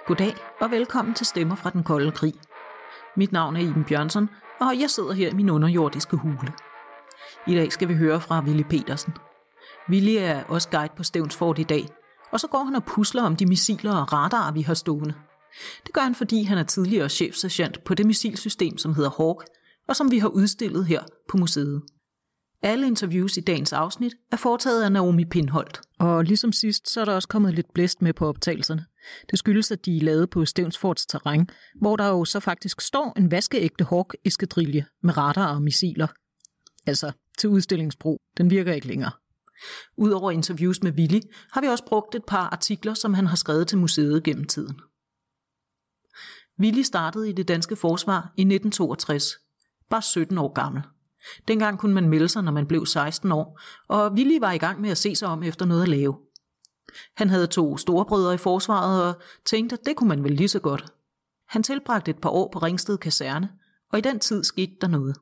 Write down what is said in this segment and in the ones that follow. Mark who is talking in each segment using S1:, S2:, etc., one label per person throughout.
S1: Goddag og velkommen til Stemmer fra den kolde krig. Mit navn er Iben Bjørnsson, og jeg sidder her i min underjordiske hule. I dag skal vi høre fra Willy Petersen. Willy er også guide på Stevns Fort i dag, og så går han og pusler om de missiler og radarer, vi har stående. Det gør han, fordi han er tidligere chefsergeant på det missilsystem, som hedder Hawk, og som vi har udstillet her på museet. Alle interviews i dagens afsnit er foretaget af Naomi Pindholt. Og ligesom sidst, så er der også kommet lidt blæst med på optagelserne. Det skyldes, at de er lavet på Stevns Forts terræn, hvor der jo så faktisk står en vaskeægte Hawk-eskadrille med radarer og missiler. Altså til udstillingsbrug. Den virker ikke længere. Udover interviews med Willy, har vi også brugt et par artikler, som han har skrevet til museet gennem tiden. Willy startede i det danske forsvar i 1962, bare 17 år gammel. Dengang kunne man melde sig, når man blev 16 år, og Willy var i gang med at se sig om efter noget at lave. Han havde 2 storebrødre i forsvaret og tænkte, at det kunne man vel lige så godt. Han tilbragte et par år på Ringsted Kaserne, og i den tid skete der noget.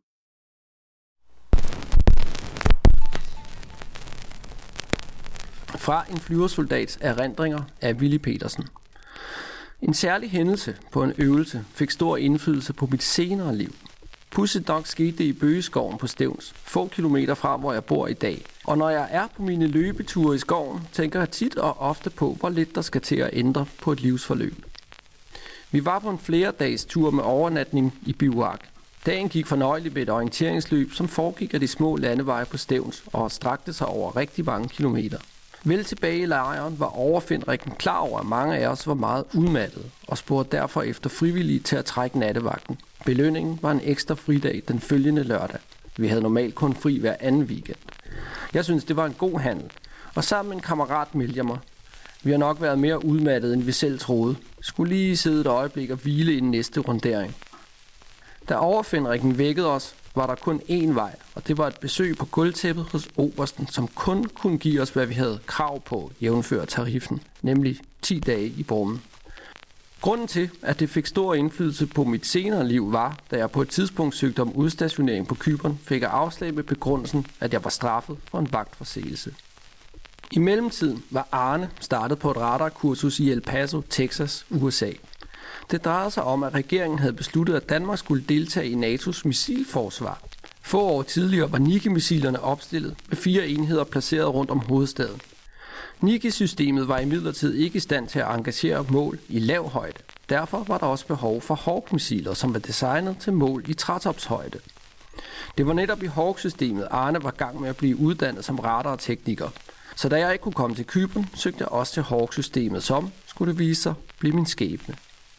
S2: Fra en flyversoldats erindringer af Willy Petersen. En særlig hændelse på en øvelse fik stor indflydelse på mit senere liv. Pudsigt nok skete det i Bøgeskoven på Stevns, få kilometer fra, hvor jeg bor i dag. Og når jeg er på mine løbeture i skoven, tænker jeg tit og ofte på, hvor lidt der skal til at ændre på et livsforløb. Vi var på en flerdages tur med overnatning i bivouac. Dagen gik fornøjeligt ved et orienteringsløb, som foregik af de små landeveje på Stevns og strakte sig over rigtig mange kilometer. Vel tilbage i lejren var overfindrikken klar over, at mange af os var meget udmattede og spurgte derfor efter frivillige til at trække nattevagten. Belønningen var en ekstra fridag den følgende lørdag. Vi havde normalt kun fri hver anden weekend. Jeg synes, det var en god handel, og sammen med en kammerat meldte jeg mig. Vi har nok været mere udmattede, end vi selv troede. Skulle lige sidde et øjeblik og hvile i den næste rundering. Da overfindrikken vækkede os, var der kun én vej, og det var et besøg på gulvtæppet hos obersten, som kun kunne give os, hvad vi havde krav på, jævnfør tariffen, nemlig 10 dage i Brummen. Grunden til, at det fik stor indflydelse på mit senere liv, var, da jeg på et tidspunkt søgte om udstationering på Cypern, fik jeg afslag med begrundelsen, at jeg var straffet for en vagtforseelse. I mellemtiden var Arne startet på et radarkursus i El Paso, Texas, USA. Det drejede sig om, at regeringen havde besluttet, at Danmark skulle deltage i NATO's missilforsvar. Få år tidligere var Nike-missilerne opstillet med 4 enheder placeret rundt om hovedstaden. Nike-systemet var imidlertid ikke i stand til at engagere mål i lav højde. Derfor var der også behov for Hawk-missiler, som var designet til mål i trætopshøjde. Det var netop i Hawk-systemet, Arne var i gang med at blive uddannet som radartekniker. Så da jeg ikke kunne komme til Cypern, søgte jeg også til Hawk-systemet, som, skulle det vise sig, blev min skæbne.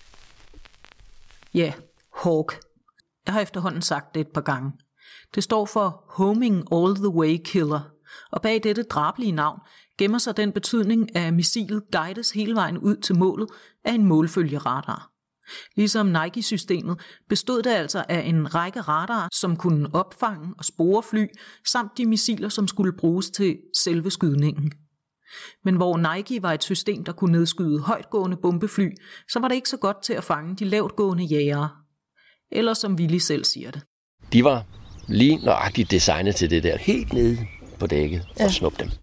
S1: Ja, Hawk. Jeg har efterhånden sagt det et par gange. Det står for Homing All the Way Killer, og bag dette drabelige navn gemmer sig den betydning, at missilet guides hele vejen ud til målet af en målfølgeradar. Ligesom Nike-systemet bestod det altså af en række radarer, som kunne opfange og spore fly, samt de missiler, som skulle bruges til selve skydningen. Men hvor Nike var et system, der kunne nedskyde højtgående bombefly, så var det ikke så godt til at fange de lavtgående jægere. Eller som Willy selv siger det.
S3: De var lige nøjagtigt designet til det der, helt nede på dækket og snuppe dem.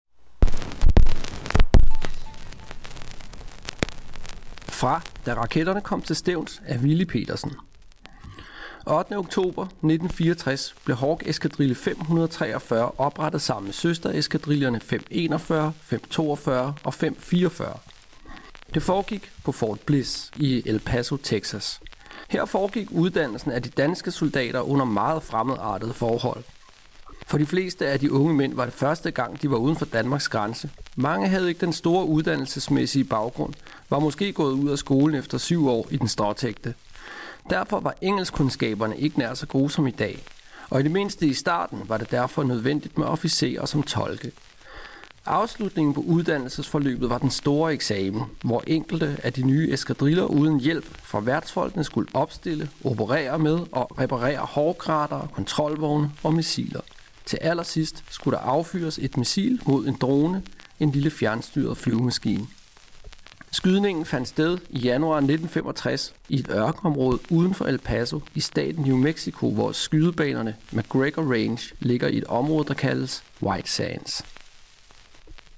S2: Fra da raketterne kom til Stevns af Willy Petersen. 8. oktober 1964 blev Hawk-eskadrille 543 oprettet sammen med søstereskadrillerne 541, 542 og 544. Det foregik på Fort Bliss i El Paso, Texas. Her foregik uddannelsen af de danske soldater under meget fremmedartede forhold. For de fleste af de unge mænd var det første gang, de var uden for Danmarks grænse. Mange havde ikke den store uddannelsesmæssige baggrund, var måske gået ud af skolen efter 7 år i den stråtægte. Derfor var engelskkundskaberne ikke nær så gode som i dag, og i det mindste i starten var det derfor nødvendigt med officerer som tolke. Afslutningen på uddannelsesforløbet var den store eksamen, hvor enkelte af de nye eskadriller uden hjælp fra værtsfolkene skulle opstille, operere med og reparere Hawk-radarer, kontrolvogne og missiler. Til allersidst skulle der affyres et missil mod en drone, en lille fjernstyret flyvemaskine. Skydningen fandt sted i januar 1965 i et ørkenområde uden for El Paso i staten New Mexico, hvor skydebanerne McGregor Range ligger i et område, der kaldes White Sands.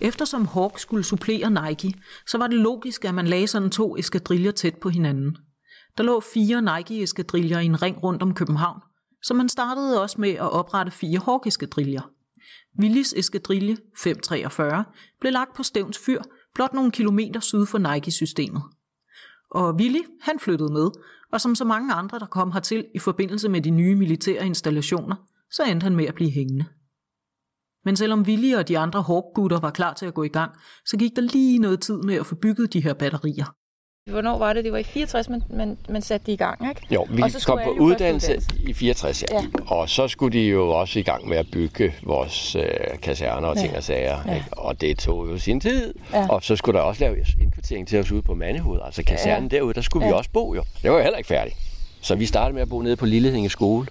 S1: Eftersom Hawk skulle supplere Nike, så var det logisk, at man lagde sådan 2 eskadriller tæt på hinanden. Der lå 4 Nike-eskadriller i en ring rundt om København, så man startede også med at oprette 4 Hawk-eskadriller. Willys eskadrille 543 blev lagt på Stevns Fyr, blot nogle kilometer syd for Nike-systemet. Og Willy, han flyttede med, og som så mange andre, der kom hertil i forbindelse med de nye militære installationer, så endte han med at blive hængende. Men selvom Willy og de andre Hawk-gutter var klar til at gå i gang, så gik der lige noget tid med at få bygget de her batterier.
S4: Hvornår var det? Det var i 64, man satte de i gang, ikke?
S3: Jo, vi kom på uddannelse i 64, ja. Og så skulle de jo også i gang med at bygge vores kaserner og ting og sager. Ja. Og det tog jo sin tid. Ja. Og så skulle der også laves indkvartering til os ude på Mandehoved. Altså kasernen derude, der skulle vi også bo jo. Det var jo heller ikke færdigt. Så vi startede med at bo nede på Lillehænge skole.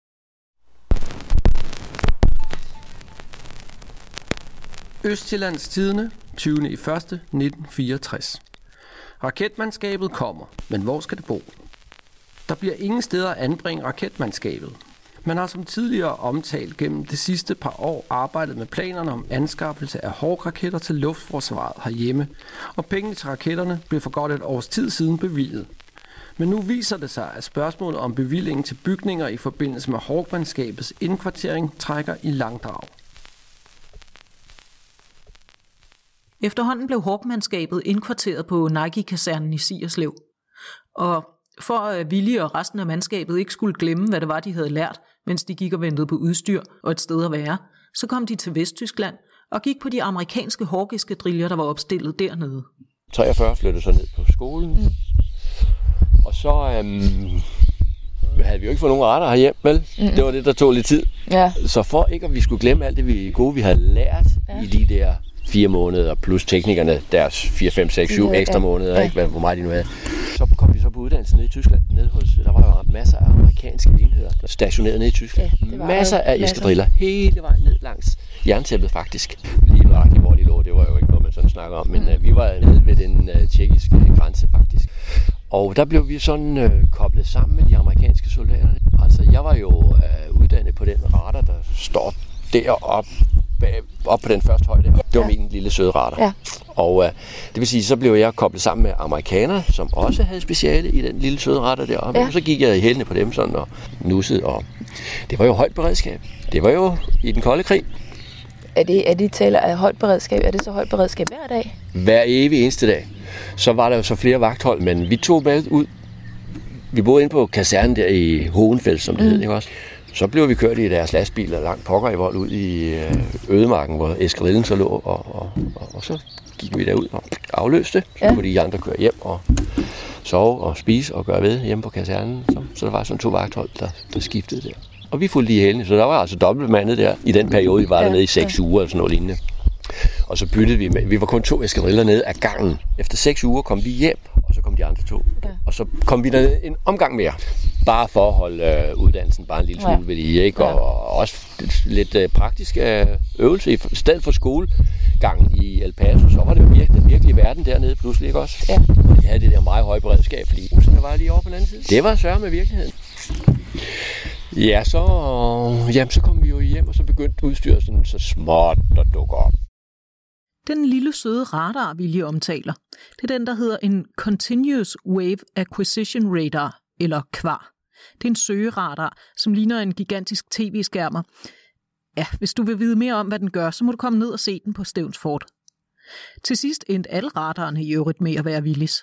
S2: Østjyllands Tidende, 20.01.1964. Raketmandskabet kommer, men hvor skal det bo? Der bliver ingen steder at anbringe raketmandskabet. Man har som tidligere omtalt gennem det sidste par år arbejdet med planerne om anskaffelse af Hawk-raketter til luftforsvaret herhjemme, og pengene til raketterne blev for godt et års tid siden bevilget. Men nu viser det sig, at spørgsmålet om bevillingen til bygninger i forbindelse med Hawk-mandskabets indkvartering trækker i langdrag.
S1: Efterhånden blev Hawk-mandskabet indkvarteret på Nike-kasernen i Sierslev. Og for at Willy og resten af mandskabet ikke skulle glemme, hvad det var, de havde lært, mens de gik og ventede på udstyr og et sted at være, så kom de til Vesttyskland og gik på de amerikanske Hawk-eskadriller, der var opstillet dernede.
S3: 43 flyttede så ned på skolen, og så havde vi jo ikke fået nogen radar herhjemme, vel? Det var det, der tog lidt tid. Ja. Så for ikke at vi skulle glemme alt det vi havde lært i de der 4 måneder, plus teknikerne deres 4, 5, 6, 7 ekstra måneder, ikke? Hvor meget de nu havde. Så kom vi så på uddannelse nede i Tyskland. Der var jo masser af amerikanske enheder, der stationerede nede i Tyskland. Masser af eskadriller hele vejen ned langs jerntæppet faktisk. Lige nøjagtigt, hvor de lå, det var jo ikke noget, man sådan snakker om, men vi var nede ved den tjekkiske grænse faktisk. Og der blev vi sådan koblet sammen med de amerikanske soldater. Altså, jeg var jo uddannet på den radar, der står deroppe, op på den første højde. Det var min lille søde radar. Ja. Og det vil sige, så blev jeg koblet sammen med amerikanere, som også havde speciale i den lille søde radar deroppe. Ja. Og så gik jeg i hælene på dem sådan og nussede. Og det var jo højt beredskab. Det var jo i den kolde krig.
S4: Er det taler af højt beredskab? Er det så højt beredskab hver dag?
S3: Hver evig eneste dag. Så var der jo så flere vagthold, men vi tog med ud. Vi boede inde på kasernen der i Hohenfeld, som det hed, ikke også? Så blev vi kørt i deres lastbiler langt pokker i vold ud i ødemarken, hvor eskadrillen så lå, og så gik vi derud og afløste. Så kunne de andre køre hjem og sove og spise og gøre ved hjemme på kasernen. Så der var sådan 2 vagthold, der skiftede der. Og vi fulgte lige i hælene, så der var altså dobbeltmandet der. I den periode, vi var dernede i 6 uger eller sådan noget lignende. Og så byttede vi med. Vi var kun 2 eskadriller nede af gangen. Efter 6 uger kom vi hjem, og så kom de andre 2. Okay. Og så kom vi derned en omgang mere. Bare for at holde uddannelsen bare en lille smule ved det, ikke? Og også lidt praktisk øvelse. I stedet for skolegangen i El Paso, så var det jo den virkelige verden dernede pludselig, ikke også? Ja. Og de havde det der meget høje beredskab, fordi russerne var lige over på den anden side. Det var sørme med virkeligheden. Ja, så kom vi jo hjem, og så begyndte udstyret sådan så småt at dukke op.
S1: Den lille søde radar, Willy omtaler, det er den, der hedder en Continuous Wave Acquisition Radar, eller KVAR. Det er en søgeradar, som ligner en gigantisk tv-skærmer. Ja, hvis du vil vide mere om, hvad den gør, så må du komme ned og se den på Stevns Fort. Til sidst endte alle radarerne i øvrigt med at være Willys.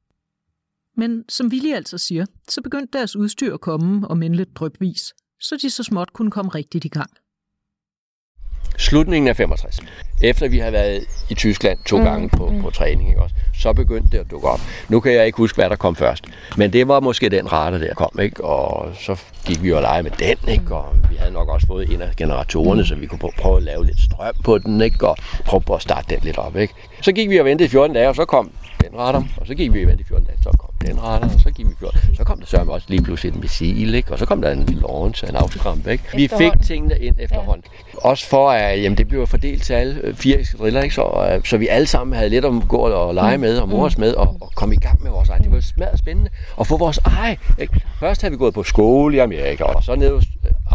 S1: Men som Willy altså siger, så begyndte deres udstyr at komme, om end lidt drypvis, så de så småt kunne komme rigtigt i gang.
S3: Slutningen af 65. Efter vi havde været i Tyskland 2 gange på træning, ikke også, så begyndte det at dukke op. Nu kan jeg ikke huske, hvad der kom først. Men det var måske den radar, der kom, ikke? Og så gik vi jo og lege med den, ikke? Og vi havde nok også fået en af generatorerne, så vi kunne prøve at lave lidt strøm på den, ikke? Og prøve at starte den lidt op, ikke? Så gik vi og ventede i 14 dage, og så kom den radar, og så gik vi og ventede i 14 dage, så kom den radar, og så gik vi 14. Så kom der sørme også lige pludselig et missil, ikke? Og så kom der en launch og en autorampe, ikke? Vi fik tingene ind efterhånden. Også for, at det blev fordelt til alle 4 eskadriller, ikke? Så vi alle sammen havde lidt at gå og lege med og mores med og komme i gang med vores egen. Det var smadret spændende at få vores egen. Ikke? Først havde vi gået på skole i Amerika, og så nede hos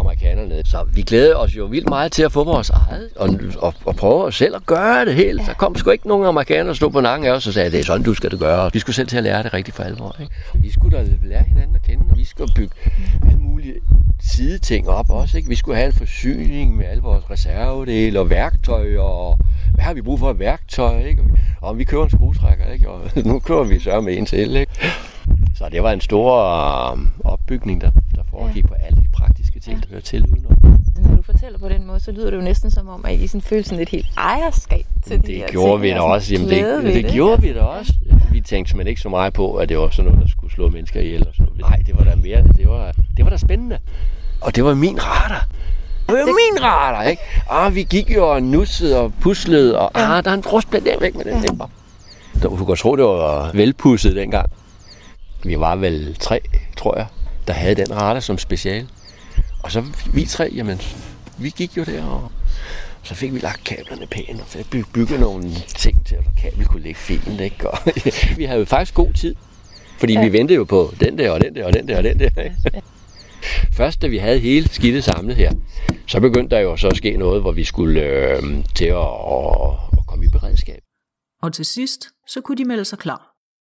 S3: amerikanerne. Så vi glædede os jo vildt meget til at få vores eget, og prøve os selv at gøre det helt. Der kom sgu ikke nogen amerikanere, der stod på nakken af os og sagde, det er sådan, du skal det gøre. Vi skulle selv til at lære det rigtigt for alvor. Ikke? Vi skulle da lære hinanden at kende, og vi skulle bygge alle mulige sideting op også. Ikke? Vi skulle have en forsyning med alle vores reservedele og værktøj, og hvad har vi brug for af værktøj? Ikke? Og vi køber en skruetrækker, ikke? Og nu køber vi så med en til. Ikke? Så det var en stor opbygning, der foregik på alle de praktiske ting, der hører til udenom.
S4: Når du fortæller på den måde, så lyder det jo næsten som om, at I sådan føler sådan et helt ejerskab til de her ting.
S3: Det gjorde vi da også. Jamen, det gjorde vi da også. Vi tænkte simpelthen ikke så meget på, at det var sådan noget, der skulle slå mennesker ihjel. Og sådan noget. Nej, det var da mere. Det var da spændende. Og det var min radar. Det var min radar, ikke? Vi gik jo og nussede og puslede, og der er en rustplet der væk med den dæmper. Du kunne godt tro, det var velpudset dengang. Vi var vel 3, tror jeg, der havde den radar som special. Og så vi 3, jamen, vi gik jo der, og så fik vi lagt kablerne pænt, og så bygget nogle ting til, at kablet kunne ligge fint, ikke? Og vi havde jo faktisk god tid, fordi vi ventede jo på den der, og den der, og den der, og den der, ikke? Først da vi havde hele skidtet samlet her, så begyndte der jo så at ske noget, hvor vi skulle til at komme i beredskab.
S1: Og til sidst, så kunne de melde sig klar.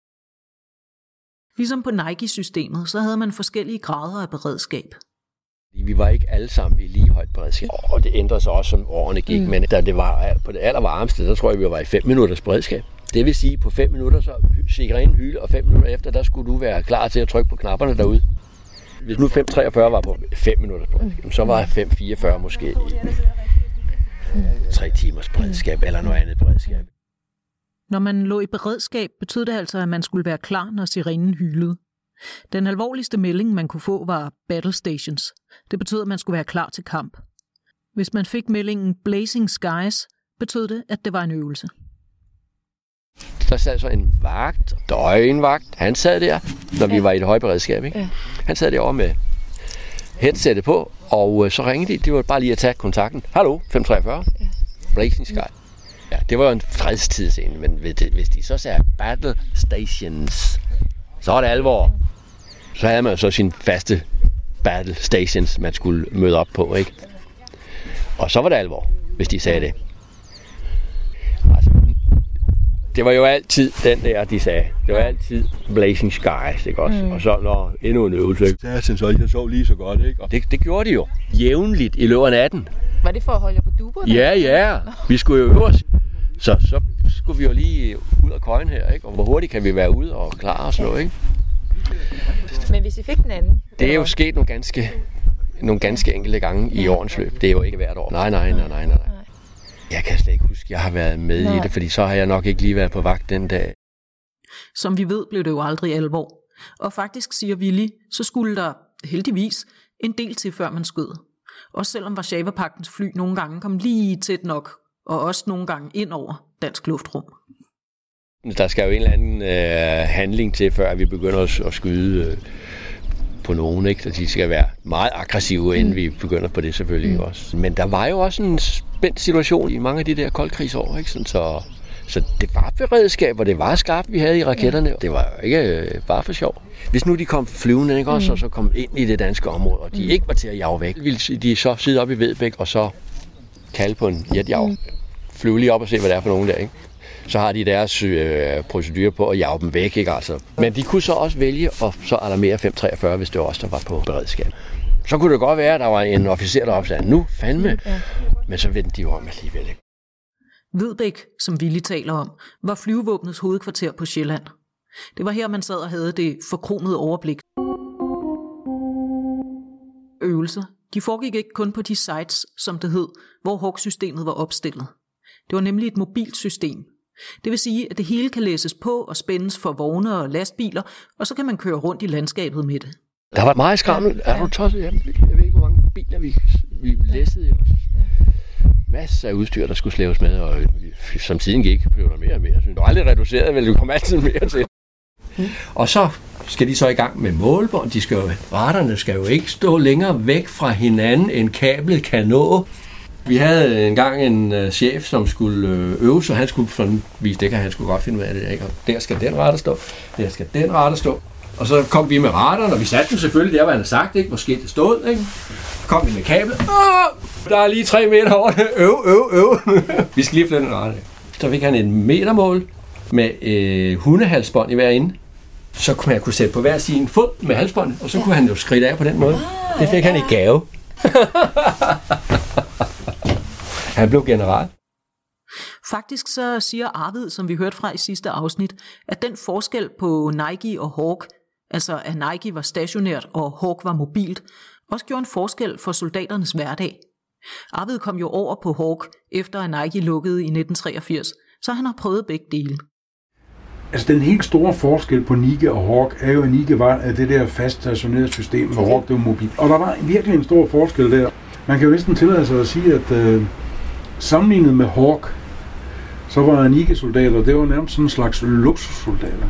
S1: Ligesom på Nike-systemet, så havde man forskellige grader af beredskab.
S3: Vi var ikke alle sammen i lige højt beredskab, og det ændrede sig også, som årene gik. Men da det var på det allervarmeste, der tror jeg, vi var i 5 minutters beredskab. Det vil sige, på 5 minutter, så sirenen hyle, og 5 minutter efter, der skulle du være klar til at trykke på knapperne derude. Hvis nu 5.43 var på 5 minutters beredskab, så var 5.44 måske i 3 timers beredskab, eller noget andet beredskab.
S1: Når man lå i beredskab, betød det altså, at man skulle være klar, når sirenen hylede. Den alvorligste melding, man kunne få, var battle stations. Det betød, at man skulle være klar til kamp. Hvis man fik meldingen Blazing Skies, betød det, at det var en øvelse.
S3: Der sad så en vagt, døgnvagt. Han sad der, når vi var i det høje beredskab. Ikke? Ja. Han sad derovre med headsettet på, og så ringede de. Det var bare lige at tage kontakten. Hallo, 543. Ja. Blazing Skies. Ja, det var jo en fredstidsscene, men hvis de så sagde battle stations, så var det alvor. Så havde man så sine faste battle stations, man skulle møde op på, ikke? Og så var det alvor, hvis de sagde det. Altså, det var jo altid den der, de sagde. Det var altid Blazing Skies, ikke også? Og så når endnu en øvelse, så jeg sov lige så godt, ikke? Og det gjorde de jo jævnligt i løbet af natten.
S4: Var det for at holde jer på duberne?
S3: Ja. Vi skulle jo øve os. Så skulle vi jo lige ud af køjen her, ikke? Og hvor hurtigt kan vi være ude og klare os noget, ikke?
S4: Men hvis I fik den anden?
S3: Det er jo sket nogle ganske enkelte gange i årens løb. Det er jo ikke hvert år. Nej. Jeg kan slet ikke huske, at jeg har været med i det, fordi så har jeg nok ikke lige været på vagt den dag.
S1: Som vi ved, blev det jo aldrig alvor. Og faktisk, siger Willy, så skulle der heldigvis en del til, før man skød. Også selvom Warszawa-pagtens fly nogle gange kom lige tæt nok, og også nogle gange ind over dansk luftrum.
S3: Der skal jo en eller anden handling til, før vi begynder at skyde på nogen, ikke? Så de skal være meget aggressive, inden vi begynder på det selvfølgelig også. Men der var jo også en spændt situation i mange af de der koldkrigsår, ikke? Sådan, så det var beredskab, og det var skarpt, vi havde i raketterne. Det var ikke bare for sjov. Hvis nu de kom flyvende, ikke også, og så kom ind i det danske område, og de ikke var til at jage væk, ville de så sidde op i Vedbæk, og så kalde på en jetjav. Flyve lige op og se, hvad det er for nogen der, ikke? Så har de deres procedur på at jage dem væk, ikke altså. Men de kunne så også vælge at så alarmere 543, hvis det var os, der var på beredskab. Så kunne det godt være, at der var en officer, der opsagde, nu fandme. Men så vendte de jo om alligevel, ikke?
S1: Vedbæk, som Willy taler om, var flyvevåbnets hovedkvarter på Sjælland. Det var her, man sad og havde det forkronede overblik. Øvelser. De foregik ikke kun på de sites, som det hed, hvor Hawk-systemet var opstillet. Det var nemlig et mobilt system. Det vil sige, at det hele kan læses på og spændes for vogne og lastbiler, og så kan man køre rundt i landskabet med det.
S3: Der var meget skrammel. Er du tosset? Jeg ved ikke, hvor mange biler vi læssede også. Masser af udstyr, der skulle slæves med, og som tiden gik, blev der mere og mere. Det var aldrig reduceret, vel? Det kom altid mere til. Og så skal de så i gang med målbånd. Radarerne skal jo ikke stå længere væk fra hinanden, end kablet kan nå. Vi havde engang en chef, som skulle øve, så han skulle sådan vise det, han skulle godt finde ud af det. Ikke? Og der skal den radar stå, der skal den radar stå. Og så kom vi med radaren, og vi satte den selvfølgelig der, hvor han havde sagt, ikke? Hvor skiltet stod, ikke? Så kom vi med kablet. Der er lige 3 meter over det. Øv. Vi skal lige flytte den radar. Så fik han et metermål med hundehalsbånd i hver ende. Så kunne han sætte på hver sin fod med halsbåndet, og så kunne han jo skridte af på den måde. Det fik han i gave. Han blev general.
S1: Faktisk så siger Arvid, som vi hørte fra i sidste afsnit, at den forskel på Nike og Hawk, altså at Nike var stationært og Hawk var mobilt, også gjorde en forskel for soldaternes hverdag. Arvid kom jo over på Hawk, efter at Nike lukkede i 1983, så han har prøvet begge dele.
S5: Altså den helt store forskel på Nike og Hawk er jo, at Nike var det der fast stationerede system, og Hawk det var mobil. Og der var virkelig en stor forskel der. Man kan jo næsten tillade sig at sige, at sammenlignet med Hawk, så var Nike-soldater, det var nærmest sådan en slags luksussoldater.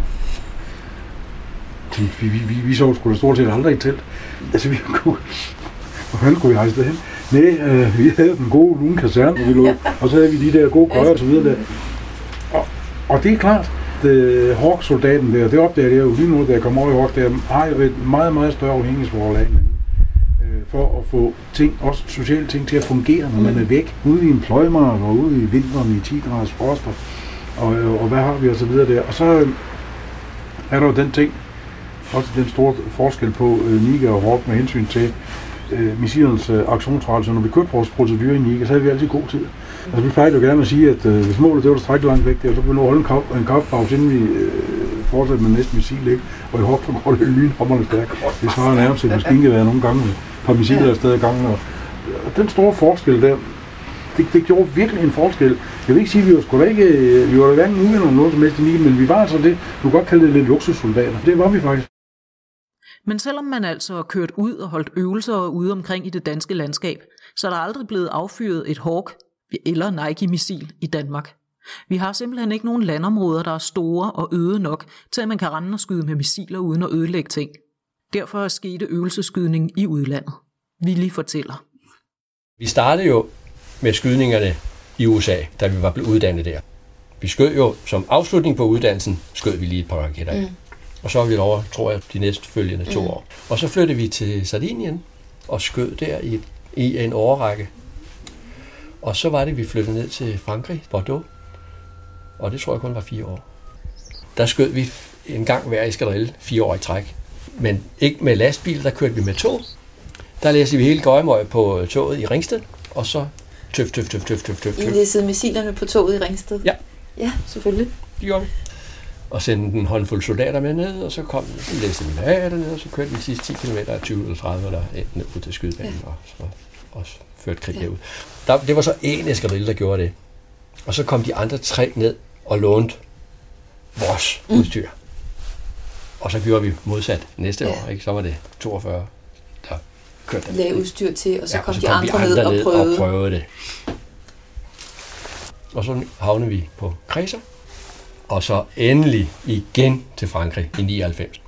S5: Vi så sgu da stort set aldrig i telt. Altså vi kunne... Hvor fanden skulle vi rejse derhen? Nej, vi havde den gode lune kaserne, og så havde vi de der gode køjer og så videre der. Og det er klart, Hawk-soldaten der, det opdager jeg jo lige nu, da jeg kom over i Hawk, der har jo et meget, meget større afhængighedsforhold af hinanden. For at få ting, også sociale ting, til at fungere, når man er væk. Ude i en pløjmark og ude i vinteren i 10 graders frost, og hvad har vi og så videre der. Og så er der jo den ting, også den store forskel på Nike og Hawk med hensyn til missilernes aktionsrate. Når vi kørte vores procedure i Nike, så havde vi altid god tid. Altså vi plejede jo gerne at sige, at hvis målet det var strække langt væk der, så kunne vi nå at holde en kaffepause, inden vi fortsatte med næste missil, ikke? Og i Hawk så går det lynhamrende stærkt. Det svarer nærmest til et maskingevær nogle gange, et par missiler afsted ad gangen. Og den store forskel der, det gjorde virkelig en forskel. Jeg vil ikke sige, at vi var hverken uvenner om noget som helst i Nike, men vi var altså det, du kan godt kalde det lidt luksussoldater. Det var vi faktisk.
S1: Men selvom man altså har kørt ud og holdt øvelser ude omkring i det danske landskab, så er der aldrig blevet affyret et Hawk eller Nike-missil i Danmark. Vi har simpelthen ikke nogen landområder, der er store og øde nok, til at man kan rende og skyde med missiler uden at ødelægge ting. Derfor skete øvelseskydning i udlandet. Willy fortæller.
S3: Vi startede jo med skydningerne i USA, da vi var blevet uddannet der. Vi skød jo som afslutning på uddannelsen, skød vi lige et par raketter af. Og så var vi over, tror jeg, de næstfølgende 2 år. Og så flyttede vi til Sardinien og skød der i en årrække. Og så var det, vi flyttede ned til Frankrig, Bordeaux. Og det tror jeg kun var 4 år. Der skød vi en gang hver eskadrille 4 år i træk. Men ikke med lastbil, der kørte vi med tog. Der læste vi hele gøjmøj på toget i Ringsted, og så tøf.
S4: I læssede missilerne på toget i Ringsted?
S3: Ja.
S4: Ja, selvfølgelig.
S3: Det gjorde vi. Og sendte en håndfuld soldater med ned, og så læste vi af dernede, og så kørte vi de sidste 10 km af 20 eller 30, der endte ned ud til skydebanen, og så også førte krig derud. Det var så en eskadrille, der gjorde det. Og så kom de andre 3 ned og lånte vores udstyr. Og så gjorde vi modsat næste år, ikke? Så var det 42, der kørte
S4: lagde udstyr til, og så kom
S3: så
S4: de andre ned og
S3: prøvede det. Og så havnede vi på Kreta, og så endelig igen til Frankrig i 99.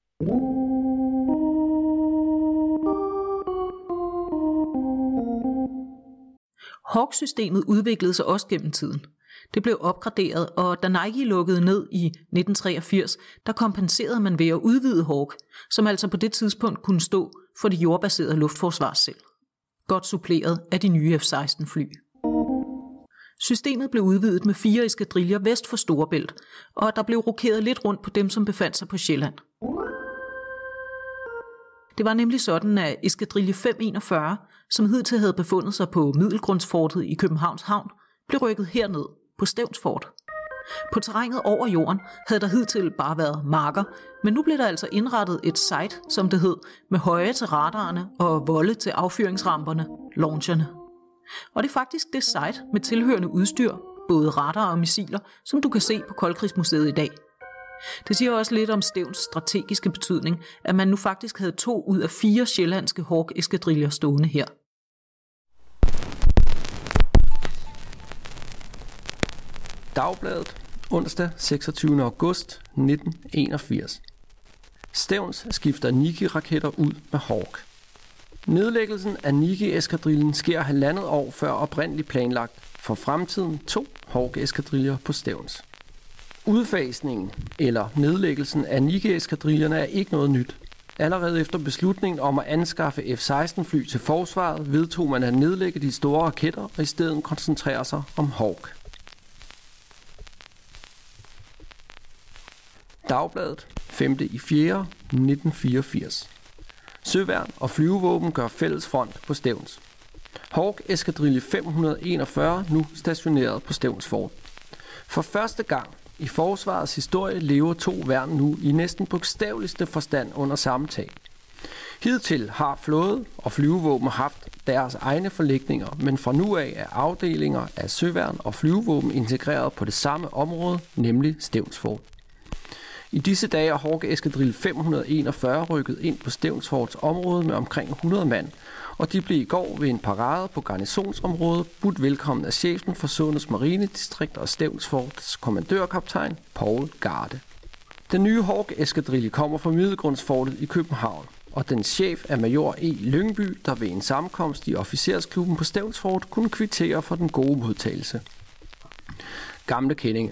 S1: Hawk-systemet udviklede sig også gennem tiden. Det blev opgraderet, og da Nike lukkede ned i 1983, der kompenserede man ved at udvide Hawk, som altså på det tidspunkt kunne stå for det jordbaserede luftforsvar selv. Godt suppleret af de nye F-16-fly. Systemet blev udvidet med 4 eskadriller vest for Storebælt, og der blev rokeret lidt rundt på dem, som befandt sig på Sjælland. Det var nemlig sådan, at eskadrille 541, som hidtil havde befundet sig på Middelgrundsfortet i Københavns Havn, blev rykket herned på Stevns Fort. På terrænet over jorden havde der hidtil bare været marker, men nu blev der altså indrettet et site, som det hed, med høje til radarerne og volde til affyringsramperne, launcherne. Og det er faktisk det site med tilhørende udstyr, både radar og missiler, som du kan se på Koldkrigsmuseet i dag. Det siger også lidt om Stevns strategiske betydning, at man nu faktisk havde 2 ud af 4 sjællandske Hawk-eskadriller stående her.
S2: Dagbladet, onsdag 26. august 1981. Stevns skifter Nike-raketter ud med Hawk. Nedlæggelsen af Nike-eskadrillen sker 1,5 år før oprindeligt planlagt. For fremtiden 2 Hawk-eskadriller på Stevns. Udfasningen eller nedlæggelsen af Nike-eskadrillerne er ikke noget nyt. Allerede efter beslutningen om at anskaffe F-16-fly til forsvaret, vedtog man at nedlægge de store raketter og i stedet koncentrere sig om Hawk. Dagbladet 5.4.1984. Søværn og flyvevåben gør fælles front på Stevns. Hawk eskadrille 541 nu stationeret på Stevns Fort. For første gang i forsvarets historie lever 2 værn nu i næsten bogstaveligste forstand under samme tag. Hidtil har flåde og flyvevåben haft deres egne forlægninger, men fra nu af er afdelinger af søværn og flyvevåben integreret på det samme område, nemlig Stevns Fort. I disse dage er Hawk eskadrille 541 rykket ind på Stevns Forts område med omkring 100 mand, og de blev i går ved en parade på garnisonsområdet budt velkommen af chefen for Sundheds Marinedistrikt og Stevns Forts kommandørkaptajn Poul Garde. Den nye Hawk eskadrille kommer fra Middelgrundsfortet i København, og den chef er major E. Lyngby, der ved en sammenkomst i officersklubben på Stevns Fort kunne kvittere for den gode modtagelse. Gamle kendinge.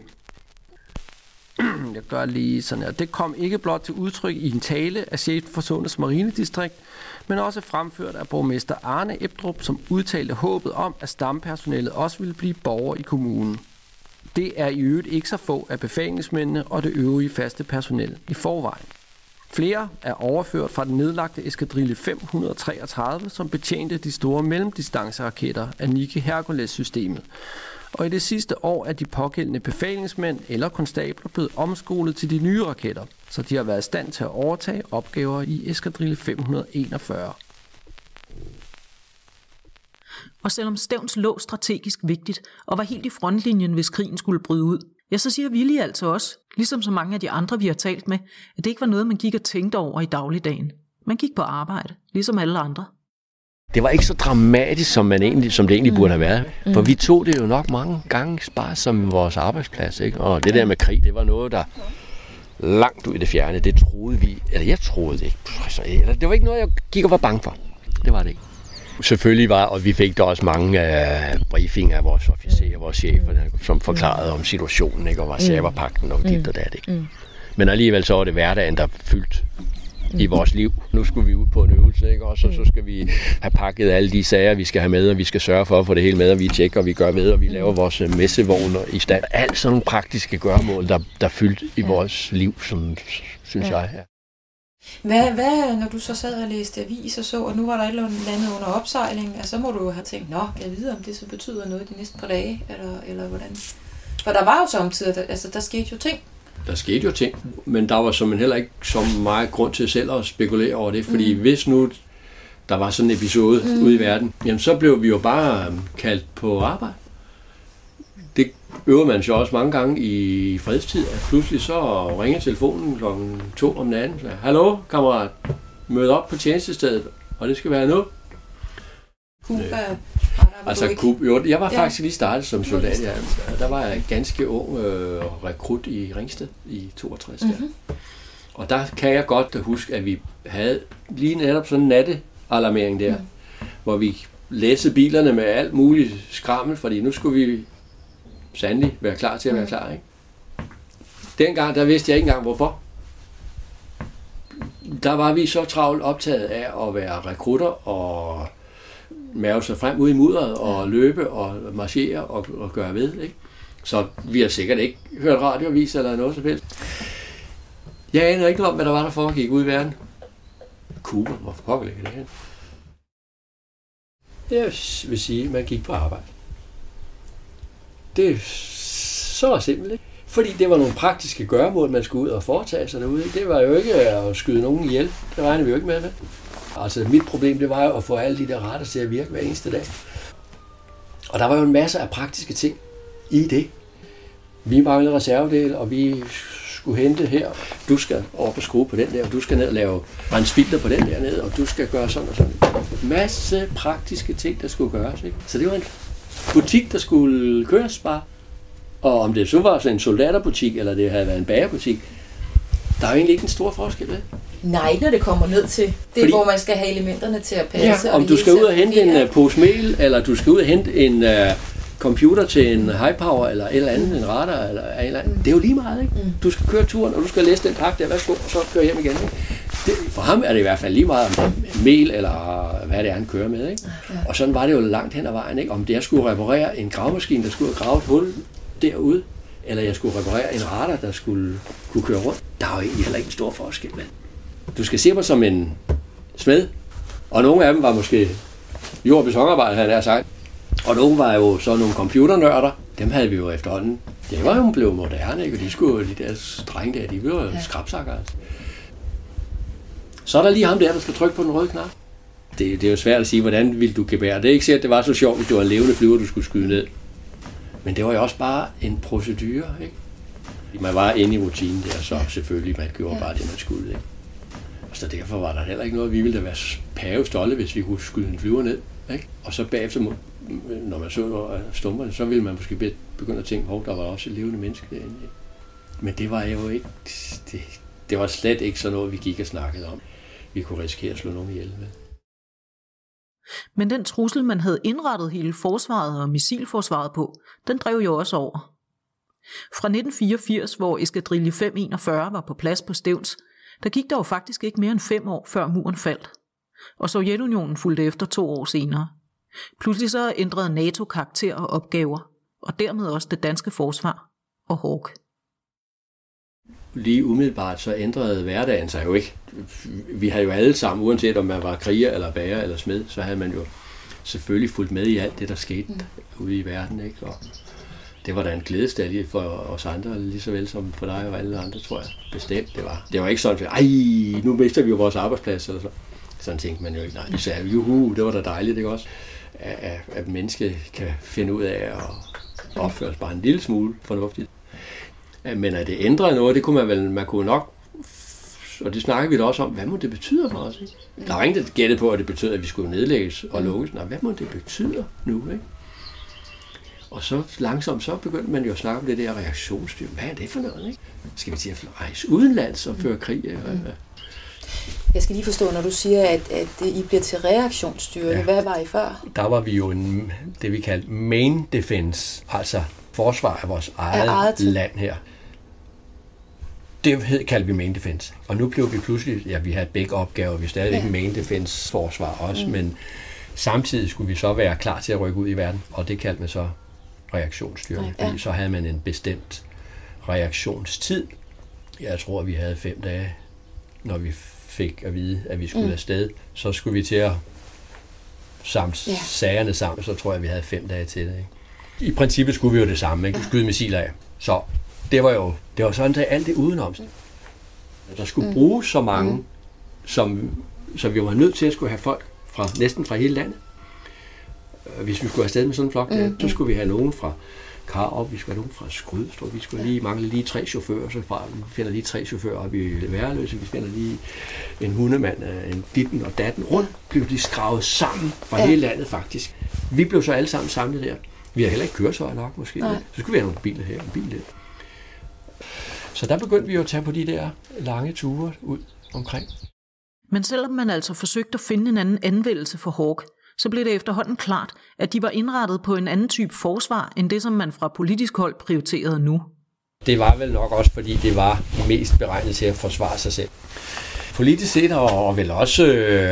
S2: Jeg gør lige sådan her. Det kom ikke blot til udtryk i en tale af chefen for Sundheds Marinedistrikt, men også fremført af borgmester Arne Ebdrup, som udtalte håbet om, at stampersonellet også ville blive borgere i kommunen. Det er i øvrigt ikke så få af befalingsmændene og det øvrige faste personel i forvejen. Flere er overført fra den nedlagte eskadrille 533, som betjente de store mellemdistanceraketter af Nike Hercules-systemet. Og i det sidste år er de pågældende befalingsmænd eller konstabler blevet omskolet til de nye raketter, så de har været i stand til at overtage opgaver i eskadrille 541.
S1: Og selvom Stevns lå strategisk vigtigt og var helt i frontlinjen, hvis krigen skulle bryde ud, ja, så siger Willy altså også, ligesom så mange af de andre, vi har talt med, at det ikke var noget, man gik og tænkte over i dagligdagen. Man gik på arbejde, ligesom alle andre.
S3: Det var ikke så dramatisk, som det egentlig burde have været. For vi tog det jo nok mange gange bare som vores arbejdsplads. Ikke? Og det der med krig, det var noget, der langt ud i det fjerne, det troede vi, eller jeg troede det ikke. Det var ikke noget, jeg gik og var bange for. Det var det ikke. Selvfølgelig var, og vi fik da også mange briefinger af vores officerer, vores chefer, som forklarede om situationen, ikke? Og var Warszawapagten og dit og dat. Ikke? Men alligevel så var det hverdagen, der fyldte i vores liv. Nu skulle vi ud på en øvelse, ikke? Også, og så skal vi have pakket alle de sager, vi skal have med, og vi skal sørge for at få det hele med, og vi tjekker, og vi gør med, og vi laver vores messevogner i stand. Alt sådan nogle praktiske gøremål, der fyldte i vores liv, som synes jeg. Ja.
S4: Hvad, når du så sad og læste avis og så, og nu var der et eller andet under opsejling, altså, så må du jo have tænkt, jeg ved, om det så betyder noget de næste par dage, eller hvordan? For der var jo samtidig, altså der skete jo ting.
S3: Der skete jo ting, men der var simpelthen heller ikke så meget grund til selv at spekulere over det, fordi hvis nu der var sådan en episode ude i verden, jamen så blev vi jo bare kaldt på arbejde. Det øver man så også mange gange i fredstid, at pludselig så ringer telefonen klokken 2 om natten, så hallo kammerat, mød op på tjenestestedet, og det skal være nu. Jeg var faktisk lige startet som soldat. Der var jeg ganske ung rekrut i Ringsted i 62. Og der kan jeg godt huske, at vi havde lige netop sådan en nattealarmering der, hvor vi læssede bilerne med alt muligt skrammel, fordi nu skulle vi sandelig være klar til at være klar. Ikke? Dengang, der vidste jeg ikke engang hvorfor. Der var vi så travlt optaget af at være rekrutter og mave sig frem ud i mudderet og løbe og marchere og gøre ved. Ikke? Så vi har sikkert ikke hørt radioavis eller noget som helst. Jeg aner ikke om, hvad der var, der foregik ud i verden. Cuba, hvorfor pokker ligger det hen? Jeg vil sige, at man gik på arbejde. Det er så simpelt, ikke? Fordi det var nogle praktiske gøremål, man skulle ud og foretage sig derude. Det var jo ikke at skyde nogen ihjel. Det regnede vi jo ikke med. Altså mit problem, det var jo at få alle de der retter til at virke hver eneste dag. Og der var jo en masse af praktiske ting i det. Vi manglede reservedel, og vi skulle hente her. Du skal op og skrue på den der, og du skal ned og lave rendsfilter på den der ned, og du skal gøre sådan og sådan. Masse praktiske ting, der skulle gøres. Ikke? Så det var en butik, der skulle køres bare. Og om det så var sådan en soldaterbutik, eller det havde været en bagerbutik, der er jo egentlig ikke en stor forskel ved.
S4: Nej, når det kommer ned til det, hvor man skal have elementerne til at passe.
S3: Ja, om du skal ud og hente en pose mel, eller du skal ud og hente computer til en high power, eller et eller andet, en radar, eller et eller andet. Det er jo lige meget, ikke? Du skal køre turen, og du skal læse den takt der, værsgo, og så køre hjem igen, ikke? For ham er det i hvert fald lige meget om mel, eller hvad det er, han kører med, ikke? Og sådan var det jo langt hen ad vejen, ikke? Om det jeg skulle reparere en gravemaskine, der skulle grave et hul derude, eller jeg skulle reparere en radar, der skulle kunne køre rundt. Der er jo egentlig heller ikke en stor forskel, men du skal se mig som en smed, og nogle af dem var måske jord- og betonarbejder, havde jeg sagt. Og nogle var jo så nogle computernørder. Dem havde vi jo efterhånden. Det var jo blevet moderne, ikke? Og de skulle de der drenge der, de var jo skrabsakker. Altså. Så er der lige ham der skal trykke på den røde knap. Det er jo svært at sige, hvordan ville du gebære. Det er ikke sikkert, det var så sjovt, hvis det var en levende flyver, du skulle skyde ned. Men det var jo også bare en procedure, ikke? Man var inde i rutinen der, så selvfølgelig, man gjorde bare det, man skulle, ikke? Og så derfor var der heller ikke noget, vi ville da være pavestolte, hvis vi kunne skyde en flyver ned, ikke? Og så bagefter, når man så stumperne, så ville man måske begynde at tænke, der var også et levende menneske derinde, ikke? Men det var jo ikke, det var slet ikke sådan noget, vi gik og snakkede om. Vi kunne risikere at slå nogen ihjel med.
S1: Men den trussel, man havde indrettet hele forsvaret og missilforsvaret på, den drev jo også over. Fra 1984, hvor eskadrille 541 var på plads på Stevns, der gik der jo faktisk ikke mere end 5 år, før muren faldt. Og Sovjetunionen fulgte efter 2 år senere. Pludselig så ændrede NATO karakter og opgaver, og dermed også det danske forsvar og Hawk.
S3: Lige umiddelbart så ændrede hverdagen sig jo ikke. Vi havde jo alle sammen, uanset om man var kriger eller bager eller smed, så havde man jo selvfølgelig fulgt med i alt det, der skete ude i verden, ikke? Og det var da en glædesdag for os andre, lige så vel som for dig og alle andre, tror jeg. Bestemt, det var. Det var ikke sådan, at nu mister vi jo vores arbejdsplads, eller så. Sådan tænkte man jo ikke. Nej, vi sagde, juhu, det var da dejligt, ikke også? At mennesket kan finde ud af at opføre sig bare en lille smule fornuftigt. Men at det ændrede noget, det kunne man kunne nok, og det snakker vi da også om, hvad må det betyde for os? Ikke? Der er ingen, der gættede på, at det betød, at vi skulle nedlægges og lukkes. Nej, hvad må det betyde nu? Ikke? Og så langsomt, så begyndte man jo at snakke om det der reaktionsstyr. Hvad er det for noget? Ikke? Skal vi til at rejse udenlands og føre krig?
S4: Jeg skal lige forstå, når du siger, at I bliver til reaktionsstyrke. Ja. Hvad var I før?
S3: Der var vi jo det, vi kaldte main defense, altså forsvar af vores eget land her. Det kaldte vi main defense. Og nu blev vi pludselig, vi havde begge opgaver. Vi er stadigvæk main defense forsvar også, men samtidig skulle vi så være klar til at rykke ud i verden. Og det kaldte man så reaktionsstyrke. Fordi så havde man en bestemt reaktionstid. Jeg tror, vi havde 5 dage, når vi fik at vide, at vi skulle afsted. Så skulle vi til at samle sagerne sammen, så tror jeg, vi havde 5 dage til det. Ikke? I princippet skulle vi jo det samme, ikke? Skyde missiler af. Så det var sådan, at alt det udenom. Der skulle bruges så mange, som vi var nødt til at skulle have folk næsten fra hele landet. Hvis vi skulle afsted med sådan en flok, så skulle vi have nogen fra Karup, vi skulle have nogen fra Skrydstrup, vi skulle mangle lige 3 chauffører, så vi finder lige 3 chauffører oppe i Værløse, vi finder lige en hundemand, en ditten og datten. Rundt blev de skravet sammen fra hele landet faktisk. Vi blev så alle sammen samlet der. Vi har heller ikke køretøjer nok måske. Så skulle vi have nogle biler her og en bil der. Så der begyndte vi jo at tage på de der lange ture ud omkring.
S1: Men selvom man altså forsøgte at finde en anden anvendelse for Hawk, så blev det efterhånden klart, at de var indrettet på en anden type forsvar, end det, som man fra politisk hold prioriterede nu.
S3: Det var vel nok også, fordi det var mest beregnet til at forsvare sig selv. Politisk set, og vel også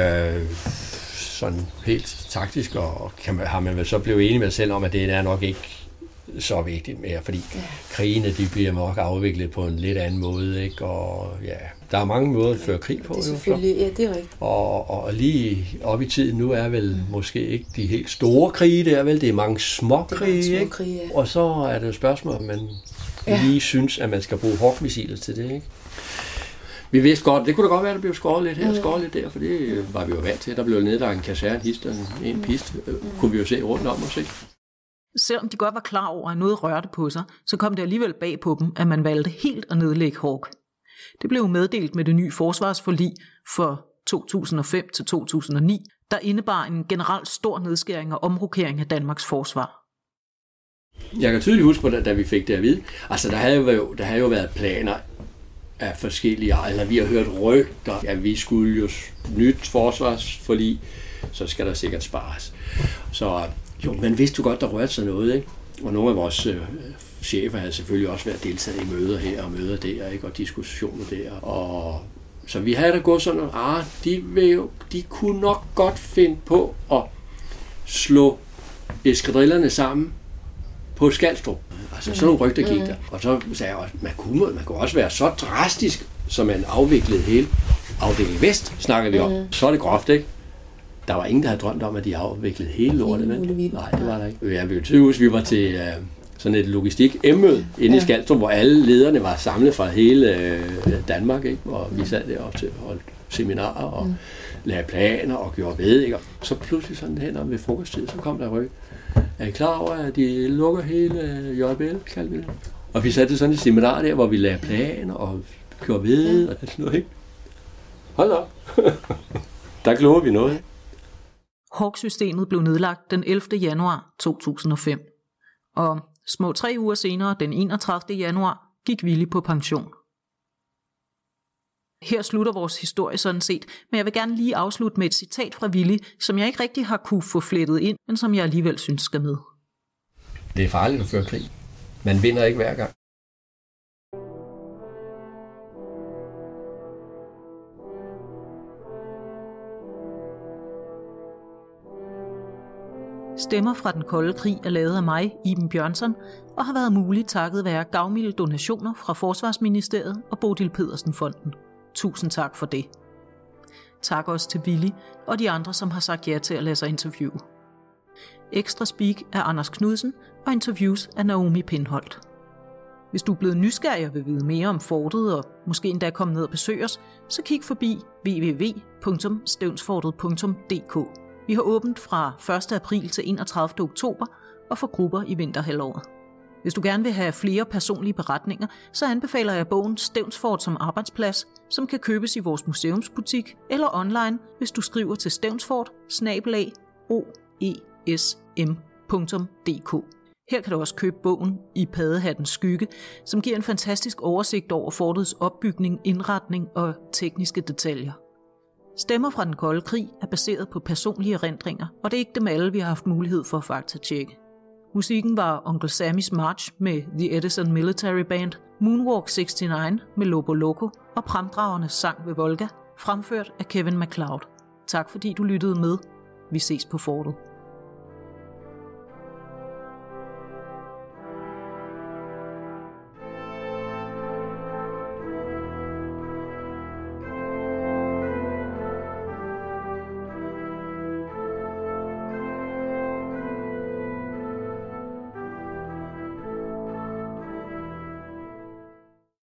S3: sådan helt taktisk, og har man vel så blevet enig med sig selv om, at det er nok ikke så vigtigt mere, fordi krigene, de bliver nok afviklet på en lidt anden måde, ikke? Og der er mange måder at føre krig på.
S4: Det er selvfølgelig, det er rigtigt.
S3: Og lige op i tiden nu er vel måske ikke de helt store krige der, vel? Det er mange små krige, ikke? Og så er det et spørgsmål, om man lige synes, at man skal bruge Hawk-missiler til det, ikke? Vi vidste godt, det kunne da godt være, at der blev skåret lidt her og skåret lidt der, for det var vi jo vant til. Der blev nedlagt en kaserne, en pist, kunne vi jo se rundt om os, ikke?
S1: Selvom de godt var klar over, at noget rørte på sig, så kom det alligevel bag på dem, at man valgte helt at nedlægge Hawk. Det blev meddelt med det nye forsvarsforlig for 2005 til 2009, der indebar en generelt stor nedskæring og omrokering af Danmarks forsvar.
S3: Jeg kan tydeligt huske, da vi fik det at vide. Altså, der havde jo været planer af forskellige, eller vi har hørt rygter, at vi skulle jo nyt forsvarsforlig, så skal der sikkert spares. Så jo, man vidste jo godt, der rørte sig noget, ikke? Og nogle af vores chefer havde selvfølgelig også været deltaget i møder her og møder der, ikke? Og diskussioner der. Og så vi havde da gået sådan, de kunne nok godt finde på at slå eskadrillerne sammen på Skalstrup. Altså sådan nogle rygter gik der. Og så sagde jeg også, man kunne også være så drastisk, som man afviklede hele afdeling Vest, snakker vi om. Så er det groft, ikke? Der var ingen, der havde drømt om, at de afviklede hele lortet. Nej, det var der ikke. Jeg vil tydeligvis, vi var til sådan et logistik-møde inde i Skalstrup, hvor alle lederne var samlet fra hele Danmark, ikke? Og vi sad deroppe til at holde seminarer og lave planer og gjorde ved, ikke? Og så pludselig sådan hen ved frokosttid, så kom der ryg. Er I klar over, at de lukker hele JBL, kaldte vi det? Og vi satte sådan et seminar der, hvor vi lavede planer og gjorde ved og sådan noget, ikke? Hold op. Der gjorde vi noget.
S1: Hawk-systemet blev nedlagt den 11. januar 2005, og små 3 uger senere, den 31. januar, gik Willy på pension. Her slutter vores historie sådan set, men jeg vil gerne lige afslutte med et citat fra Willy, som jeg ikke rigtig har kunne få flettet ind, men som jeg alligevel synes skal med.
S3: Det er farligt at føre krig. Man vinder ikke hver gang.
S1: Stemmer fra den kolde krig er lavet af mig, Iben Bjørnson, og har været muligt takket være gavmilde donationer fra Forsvarsministeriet og Bodil Pedersen-fonden. Tusind tak for det. Tak også til Willy og de andre, som har sagt ja til at lade sig interviewe. Ekstra speak er Anders Knudsen, og interviews er Naomi Pindholt. Hvis du er blevet nysgerrig og vil vide mere om fortet og måske endda komme ned og besøge os, så kig forbi www.stevnsfortet.dk. Vi har åbent fra 1. april til 31. oktober og for grupper i vinterhalvåret. Hvis du gerne vil have flere personlige beretninger, så anbefaler jeg bogen Stevnsfort som arbejdsplads, som kan købes i vores museumsbutik eller online, hvis du skriver til stevnsfort@oesm.dk. Her kan du også købe bogen I Paddehattens skygge, som giver en fantastisk oversigt over fortets opbygning, indretning og tekniske detaljer. Stemmer fra den kolde krig er baseret på personlige erindringer, og det er ikke dem alle, vi har haft mulighed for at faktatjekke. Musikken var Uncle Sammys March med The Edison Military Band, Moonwalk 69 med Lobo Loco og Pramdragernes sang ved Volga, fremført af Kevin MacLeod. Tak fordi du lyttede med. Vi ses på fortet.